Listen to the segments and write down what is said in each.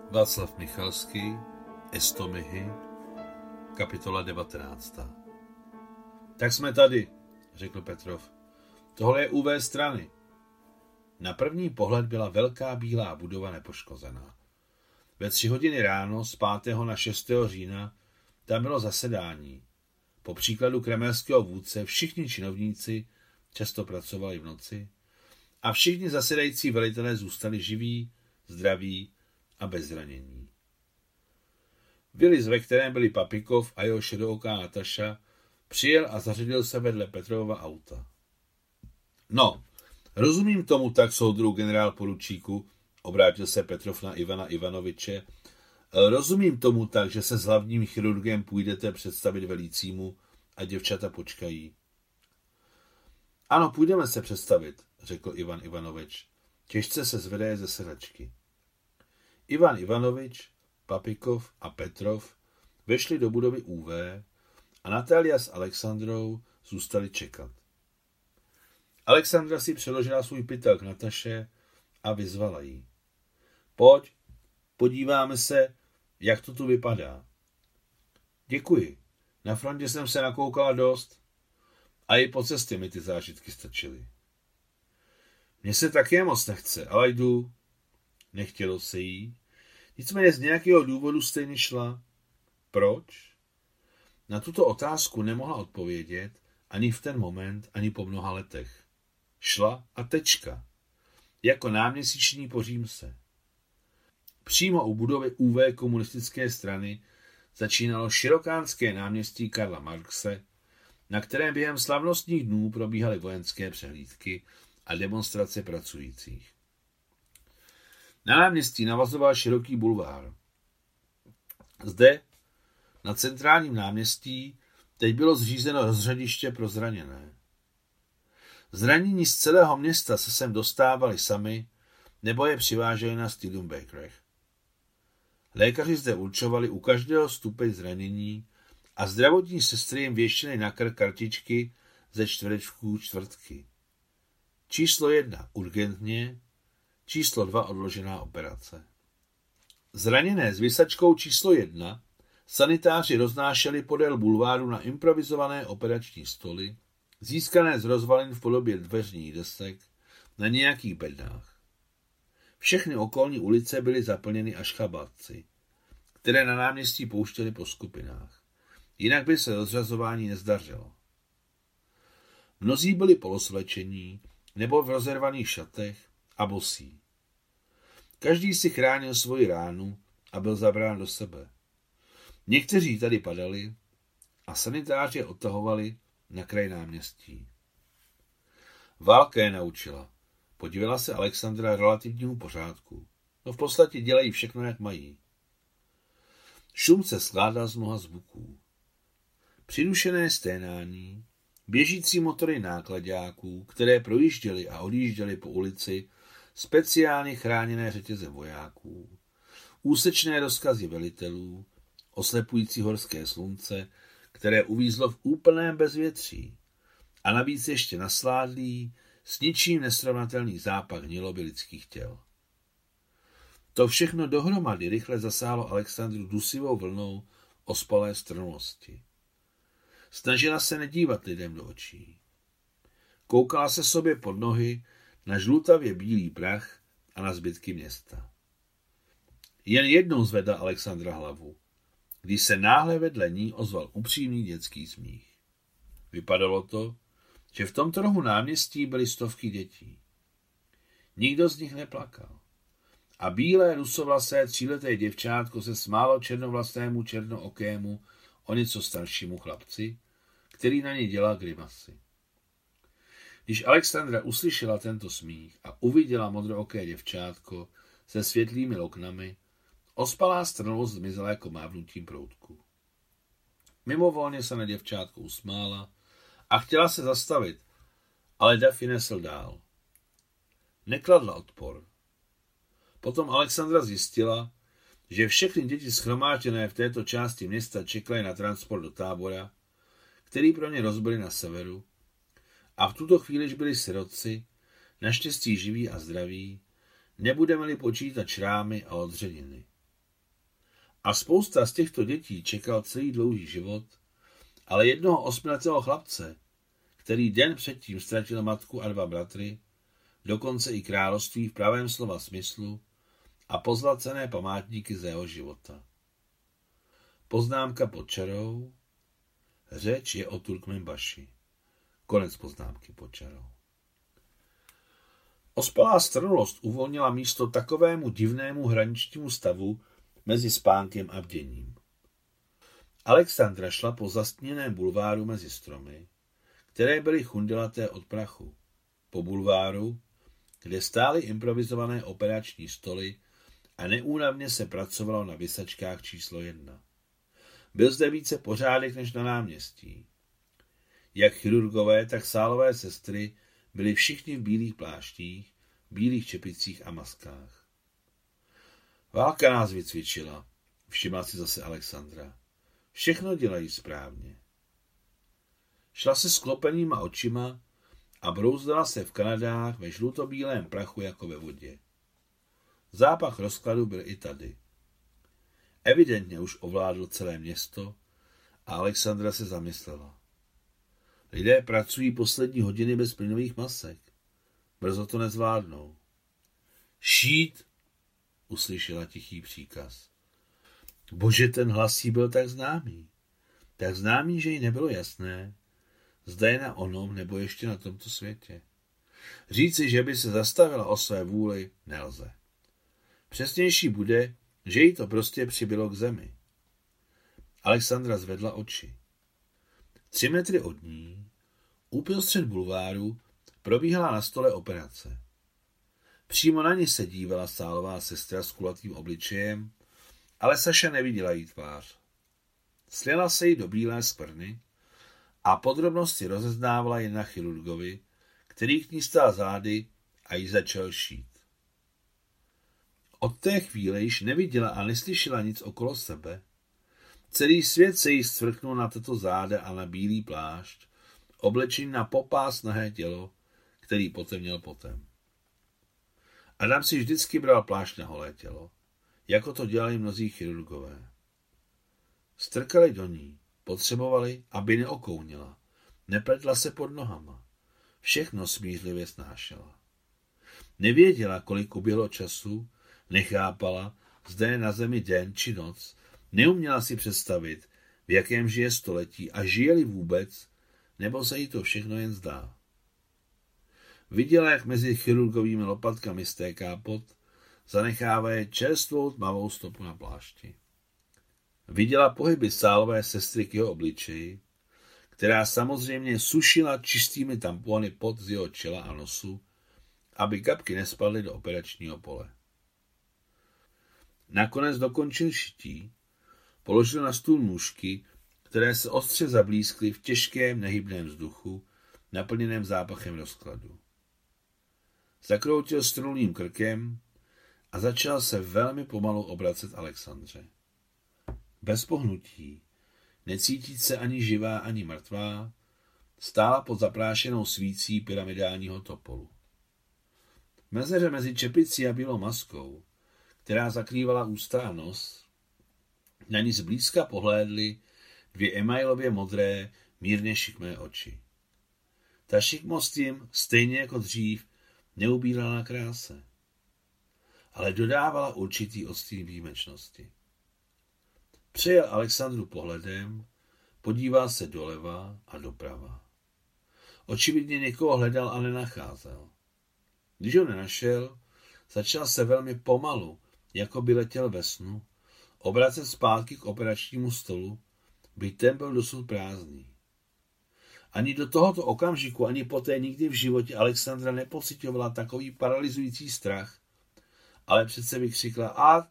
Václav Michalský, Estomihy, kapitola 19. Tak jsme tady, řekl Petrov. Tohle je UV strany. Na první pohled byla velká bílá budova nepoškozená. Ve 3 hodiny ráno z 5. na 6. října tam bylo zasedání. Po příkladu kremelského vůdce všichni činovníci často pracovali v noci a všichni zasedající velitelé zůstali živí, zdraví a bez zranění. Viliz, ve kterém byli Papikov a jeho šedooká Nataša, přijel a zařadil se vedle Petrovova auta. No, rozumím tomu tak, soudru generál poručíku, obrátil se Petrov na Ivana Ivanoviče, rozumím tomu tak, že se s hlavním chirurgem půjdete představit velícímu a děvčata počkají. Ano, půjdeme se představit, řekl Ivan Ivanovič. Těžce se zvedá ze sedačky. Ivan Ivanovič, Papikov a Petrov vešli do budovy UV a Natália s Alexandrou zůstali čekat. Alexandra si přeložila svůj pytel k Nataše a vyzvala jí. Pojď, podíváme se, jak to tu vypadá. Děkuji, na frontě jsem se nakoukala dost a i po cestě mi ty zážitky stačily. Mně se také moc nechce, ale jdu. Nechtělo se jí, nicméně z nějakého důvodu stejně šla. Proč? Na tuto otázku nemohla odpovědět ani v ten moment, ani po mnoha letech. Šla a tečka. Jako náměsíční po Římse. Přímo u budovy UV komunistické strany začínalo Širokánské náměstí Karla Marxe, na kterém během slavnostních dnů probíhaly vojenské přehlídky a demonstrace pracujících. Na náměstí navazoval široký bulvár. Zde, na centrálním náměstí, teď bylo zřízeno rozřadiště pro zraněné. Zranění z celého města se sem dostávali sami, nebo je přiváželi na Studebakerech. Lékaři zde určovali u každého stupeň zranění a zdravotní sestry jim věštěly na krk kartičky ze čtverečků čtvrtky. Číslo 1 urgentně, číslo 2 odložená operace. Zraněné s visačkou číslo 1 sanitáři roznášeli podél bulváru na improvizované operační stoly, získané z rozvalin v podobě dveřních desek na nějakých bednách. Všechny okolní ulice byly zaplněny až chabatci, které na náměstí pouštěly po skupinách. Jinak by se rozřazování nezdařilo. Mnozí byli polosvlečení nebo v rozervaných šatech a bosí. Každý si chránil svoji ránu a byl zabrán do sebe. Někteří tady padali a sanitáři je odtahovali na kraj náměstí. Válka je naučila. Podívala se Alexandra relativnímu pořádku. No v podstatě dělají všechno, jak mají. Šum se skládal z mnoha zvuků. Přidušené sténání, běžící motory nákladáků, které projížděly a odjížděly po ulici, speciálně chráněné řetěze vojáků, úsečné rozkazy velitelů, oslepující horské slunce, které uvízlo v úplném bezvětří a navíc ještě nasládlý, s ničím nesrovnatelný zápach hniloby lidských těl. To všechno dohromady rychle zasáhlo Alexandru dusivou vlnou ospalé strnulosti. Snažila se nedívat lidem do očí. Koukala se sobě pod nohy na žlutavě bílý prach a na zbytky města. Jen jednou zvedla Alexandra hlavu, když se náhle vedle ní ozval upřímný dětský smích. Vypadalo to, že v tomto rohu náměstí byly stovky dětí. Nikdo z nich neplakal. A bílé rusovlasé 3leté děvčátko se smálo černovlasnému černookému o něco staršímu chlapci, který na ně dělal grimasy. Když Alexandra uslyšela tento smích a uviděla modrooké děvčátko se světlými loknami, ospalá strnulost zmizela jako mávnutím proutku. Mimovolně se na děvčátko usmála a chtěla se zastavit, ale Daffy nesl dál. Nekladla odpor. Potom Alexandra zjistila, že všechny děti shromážděné v této části města čekaly na transport do tábora, který pro ně rozbili na severu, a v tuto chvíli byli sirotci, naštěstí živí a zdraví, nebudeme-li počítat šrámy a odřediny. A spousta z těchto dětí čekal celý dlouhý život, ale jednoho 8letého chlapce, který den předtím ztratil matku a 2 bratry, dokonce i království v pravém slova smyslu a pozlacené památníky z jeho života. Poznámka pod čarou. Řeč je o Turkmenbaši. Konec poznámky pod čarou. Ospalá strnulost uvolnila místo takovému divnému hraničnímu stavu mezi spánkem a bděním. Alexandra šla po zastíněném bulváru mezi stromy, které byly chundělaté od prachu. Po bulváru, kde stály improvizované operační stoly a neúnavně se pracovalo na visačkách číslo 1. Byl zde více pořádek než na náměstí. Jak chirurgové, tak sálové sestry byli všichni v bílých pláštích, bílých čepicích a maskách. Válka nás vycvičila, všimla si zase Alexandra. Všechno dělají správně. Šla se sklopenýma očima a brouzdala se v Kanadách ve žlutobílém prachu jako ve vodě. Zápach rozkladu byl i tady. Evidentně už ovládl celé město a Alexandra se zamyslela. Lidé pracují poslední hodiny bez plynových masek. Brzo to nezvládnou. Šít, uslyšela tichý příkaz. Bože, ten hlas jí byl tak známý. Tak známý, že jí nebylo jasné, zda je na onom nebo ještě na tomto světě. Říci, že by se zastavila o své vůli, nelze. Přesnější bude, že jí to prostě přibylo k zemi. Alexandra zvedla oči. 3 metry od ní, uprostřed bulváru, probíhala na stole operace. Přímo na ní se dívala sálová sestra s kulatým obličejem, ale Saša neviděla jí tvář. Slila se jí do bílé skvrny a podrobnosti rozeznávala jen na chirurgovi, který k ní stál zády a jí začal šít. Od té chvíle již neviděla a neslyšela nic okolo sebe. Celý svět se jí stvrknul na tato záda a na bílý plášť, oblečený na popás nahé tělo, který potemněl potem. Adam si vždycky bral plášť na holé tělo, jako to dělali mnozí chirurgové. Strkali do ní, potřebovali, aby neokounila, nepletla se pod nohama. Všechno smířlivě snášela. Nevěděla, kolik uběhlo času, nechápala, zda je na zemi den či noc, neuměla si představit, v jakém žije století a žije-li vůbec, nebo se jí to všechno jen zdá. Viděla, jak mezi chirurgovými lopatkami stéká pot, zanechávaje čerstvou tmavou stopu na plášti. Viděla pohyby sálové sestry k jeho obličeji, která samozřejmě sušila čistými tampony pot z jeho čela a nosu, aby kapky nespadly do operačního pole. Nakonec dokončil šití, položil na stůl nůžky, které se ostře zablískly v těžkém nehybném vzduchu, naplněném zápachem rozkladu. Zakroutil strunulým krkem a začal se velmi pomalu obracet Alexandře. Bez pohnutí, necítit se ani živá, ani mrtvá, stála pod zaprášenou svící pyramidálního topolu. V mezeře mezi čepicí a bílou maskou, která zakrývala ústa a nos, na ní zblízka pohlédly 2 emailově modré, mírně šikmé oči. Ta šikmost jim, stejně jako dřív, neubírala na kráse, ale dodávala určitý odstín výjimečnosti. Přejel Alexandru pohledem, podíval se doleva a doprava. Očividně někoho hledal a nenacházel. Když ho nenašel, začal se velmi pomalu, jako by letěl ve snu, obracet zpátky k operačnímu stolu, byť ten byl dosud prázdný. Ani do tohoto okamžiku, ani poté nikdy v životě Alexandra nepocitovala takový paralyzující strach, ale přece vykřikla a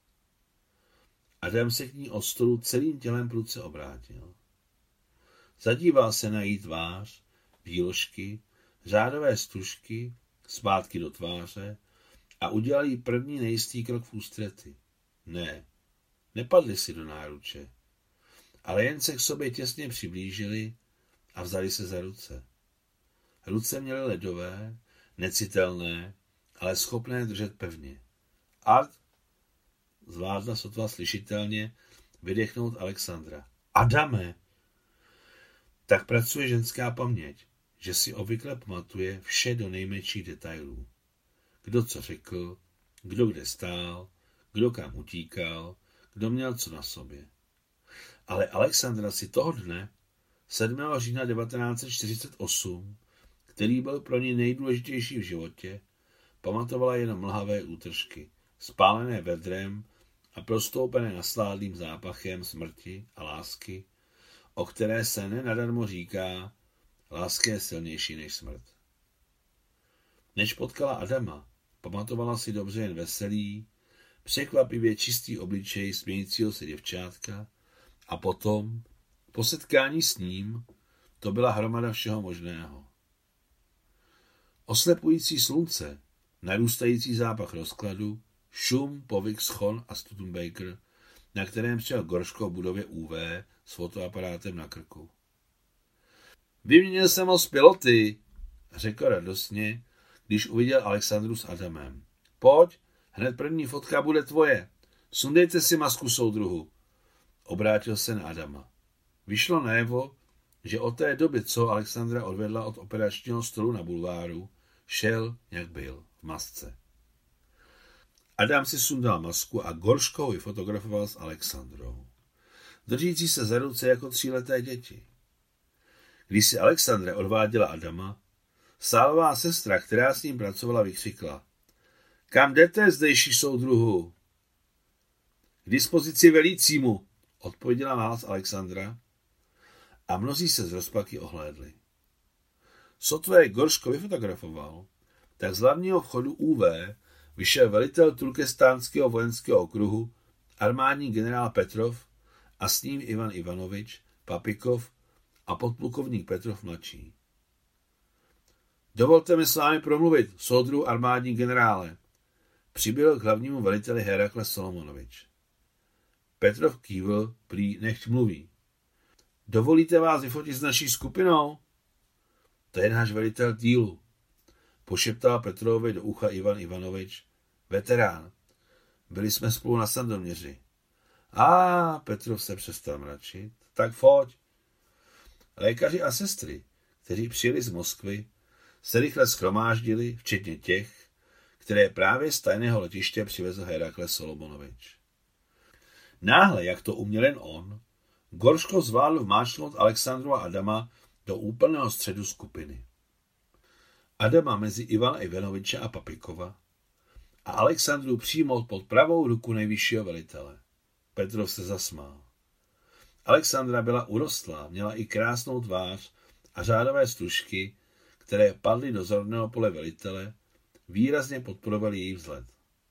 Adam se k ní od stolu celým tělem prudce obrátil. Zadíval se na její tvář, výložky, řádové stužky, zpátky do tváře a udělal jí první nejistý krok v ústrety. Ne, nepadli si do náruče, ale jen se k sobě těsně přiblížili a vzali se za ruce. Ruce měly ledové, necitelné, ale schopné držet pevně. Art, zvládla sotva slyšitelně vydechnout Alexandra. Adame! Tak pracuje ženská paměť, že si obvykle pamatuje vše do nejmenších detailů. Kdo co řekl, kdo kde stál, kdo kam utíkal, kdo měl co na sobě. Ale Alexandra si toho dne, 7. října 1948, který byl pro ní nejdůležitější v životě, pamatovala jenom mlhavé útržky, spálené vedrem a prostoupené nasládlým zápachem smrti a lásky, o které se nenadarmo říká, láska je silnější než smrt. Než potkala Adama, pamatovala si dobře jen veselý, překvapivě čistý obličej smějícího se děvčátka a potom, po setkání s ním, to byla hromada všeho možného. Oslepující slunce, narůstající zápach rozkladu, šum, povyk, schon a Studebaker, na kterém přijel Gorško v budově UV s fotoaparátem na krku. Vyměnil jsem ho s piloty, řekl radostně, když uviděl Alexandru s Adamem. Pojď, hned první fotka bude tvoje. Sundejte si masku, soudruhu. Obrátil se na Adama. Vyšlo najevo, že od té doby, co Alexandra odvedla od operačního stolu na bulváru, šel, jak byl, v masce. Adam si sundal masku a Gorško ho fotografoval s Alexandrou, držící se za ruce jako 3leté děti. Když si Alexandra odváděla Adama, sálová sestra, která s ním pracovala, vykřikla. Kam jdete, zdejší soudruhu? K dispozici velícímu, odpověděla nahlas Alexandra a mnozí se z rozpaky ohlédli. Sotva je Gorško vyfotografoval, tak z hlavního vchodu UV vyšel velitel Turkestánského vojenského okruhu, armádní generál Petrov a s ním Ivan Ivanovič, Papikov a podplukovník Petrov mladší. Dovolte mi s vámi promluvit, soudruhu armádní generále, přibyl k hlavnímu veliteli Herakle Solomonovič. Petrov kývl, prý nechť mluví. Dovolíte vás vyfotit s naší skupinou? To je náš velitel týlu, pošeptal Petrovovi do ucha Ivan Ivanovič. Veterán. Byli jsme spolu na Sandoměři. Petrov se přestal mračit. Tak pojď. Lékaři a sestry, kteří přijeli z Moskvy, se rychle shromáždili, včetně těch, které právě z tajného letiště přivezl Herakle Solomonovič. Náhle, jak to uměl jen on, Gorško zvládl vmáčknout Alexandru a Adama do úplného středu skupiny. Adama mezi Ivana Ivanoviče a Papikova a Alexandru přijmout pod pravou ruku nejvyššího velitele. Petrov se zasmál. Alexandra byla urostlá, měla i krásnou tvář a řádové stužky, které padly do zorného pole velitele, výrazně podporovaly její vzhled.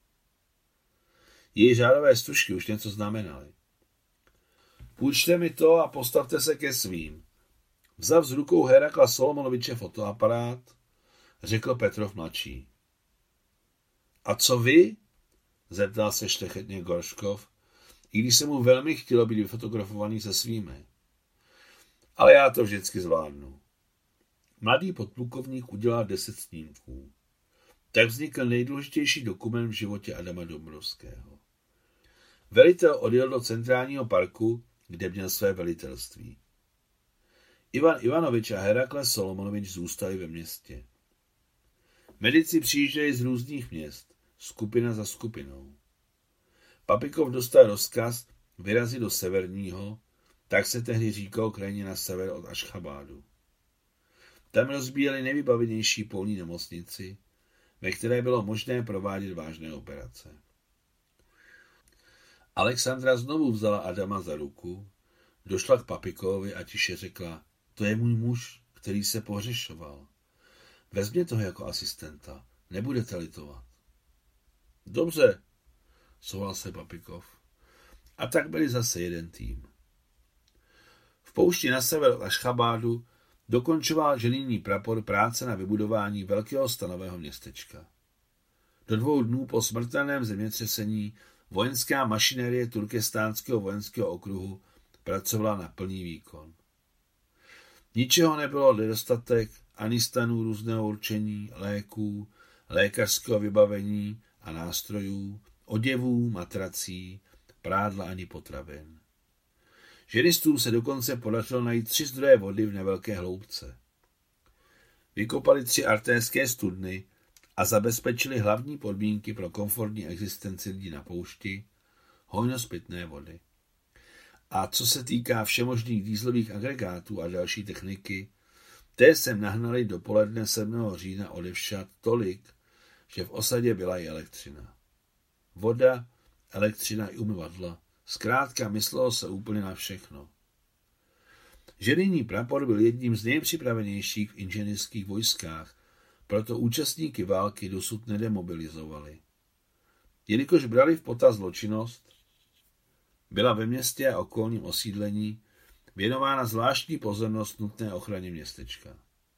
Její řádové stužky už něco znamenaly. Půjčte mi to a postavte se ke svým. Vzav z rukou Herakla Solomonoviče fotoaparát, řekl Petrov mladší. A co vy? Zeptal se šlechetně Gorškov, i když se mu velmi chtělo být vyfotografovaný se svými. Ale já to vždycky zvládnu. Mladý podplukovník udělal 10 snímků. Tak vznikl nejdůležitější dokument v životě Adama Dombrovského. Velitel odjel do centrálního parku, kde měl své velitelství. Ivan Ivanovič a Herakle Solomonovič zůstali ve městě. Medici přijížděli z různých měst, skupina za skupinou. Papikov dostal rozkaz vyrazit do severního, tak se tehdy říkalo krajně na sever od Ašchabádu. Tam rozbíjeli nejvybavenější polní nemocnici, ve které bylo možné provádět vážné operace. Alexandra znovu vzala Adama za ruku, došla k Papikovi a tiše řekla, to je můj muž, který se pohřešoval. Vezměte ho jako asistenta, nebudete litovat. Dobře, souhlasil Papikov. A tak byli zase jeden tým. V poušti na sever od Ašchabádu dokončoval ženijní prapor práce na vybudování velkého stanového městečka. Do 2 dnů po smrtelném zemětřesení vojenská mašinérie Turkestánského vojenského okruhu pracovala na plný výkon. Ničeho nebylo nedostatek, ani stanů různého určení, léků, lékařského vybavení a nástrojů, oděvů, matrací, prádla ani potravin. Ženistům se dokonce podařilo najít 3 zdroje vody v nevelké hloubce. Vykopali 3 artéské studny a zabezpečili hlavní podmínky pro komfortní existenci lidí na poušti, hojnost pitné vody. A co se týká všemožných dýzlových agregátů a další techniky, té sem nahnali dopoledne 7. října odevšad tolik, že v osadě byla i elektřina. Voda, elektřina i umyvadla. Zkrátka myslelo se úplně na všechno. Ženijní prapor byl jedním z nejpřipravenějších v inženýrských vojskách, proto účastníky války dosud nedemobilizovali. Jelikož brali v potaz zločinnost, byla ve městě a okolním osídlení věnována zvláštní pozornost nutné ochraně městečka.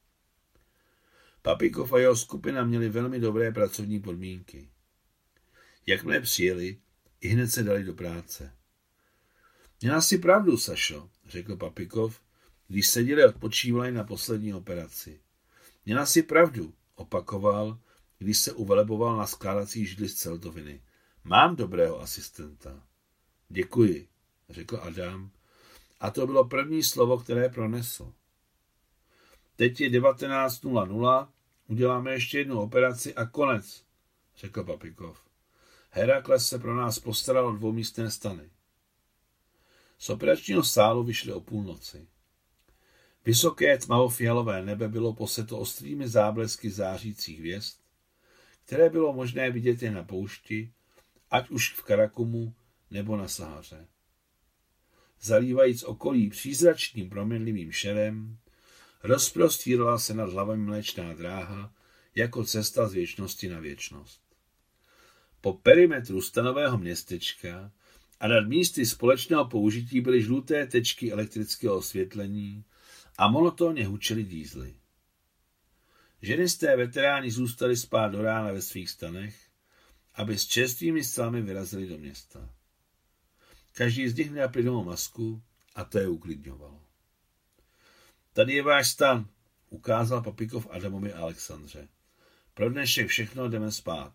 Papikov a jeho skupina měli velmi dobré pracovní podmínky. Jakmile přijeli, ihned se dali do práce. Měla si pravdu, Sašo, řekl Papikov, když seděli a odpočívali na poslední operaci. Měla si pravdu, opakoval, když se uveleboval na skládací židli z celtoviny. Mám dobrého asistenta. Děkuji, řekl Adam, a to bylo první slovo, které pronesl. Teď je 19:00, uděláme ještě jednu operaci a konec, řekl Papikov. Herakles se pro nás postaral o 2místné stany. Z operačního sálu vyšli o půlnoci. Vysoké tmavofialové nebe bylo poseto ostrými záblesky zářících hvězd, které bylo možné vidět jen na poušti, ať už v Karakumu nebo na Sahaře. Zalívajíc okolí přízračným proměnlivým šerem, rozprostírala se nad hlavami Mléčná dráha jako cesta z věčnosti na věčnost. Po perimetru stanového městečka a nad místy společného použití byly žluté tečky elektrického osvětlení a monotónně hučely dýzly. Ženisté veteráni zůstali spát do rána ve svých stanech, aby s čerstvými stlami vyrazili do města. Každý z nich měl plynovou masku a to je uklidňovalo. Tady je váš stan, ukázal Papikov Adamovi a Alexandře. Pro dnešek všechno, jdeme spát.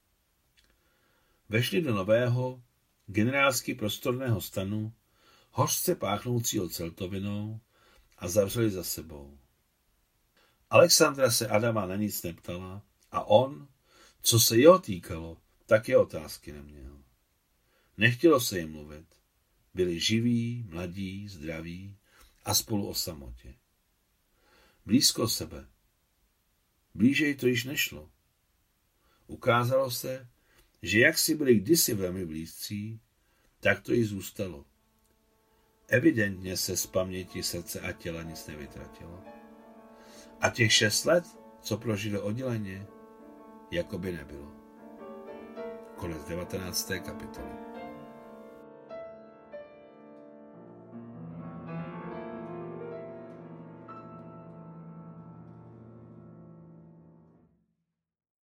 Vešli do nového, generálsky prostorného stanu, hořce páchnoucího celtovinou a zavřeli za sebou. Alexandra se Adama na nic neptala a on, co se jeho týkalo, také otázky neměl. Nechtělo se jim mluvit. Byli živí, mladí, zdraví a spolu o samotě. Blízko sebe. Blížej to již nešlo. Ukázalo se, že jak si byli kdysi velmi blízcí, tak to i zůstalo. Evidentně se z paměti srdce a těla nic nevytratilo. A těch 6 let, co prožili odděleně, jako by nebylo. Konec 19. kapitoly.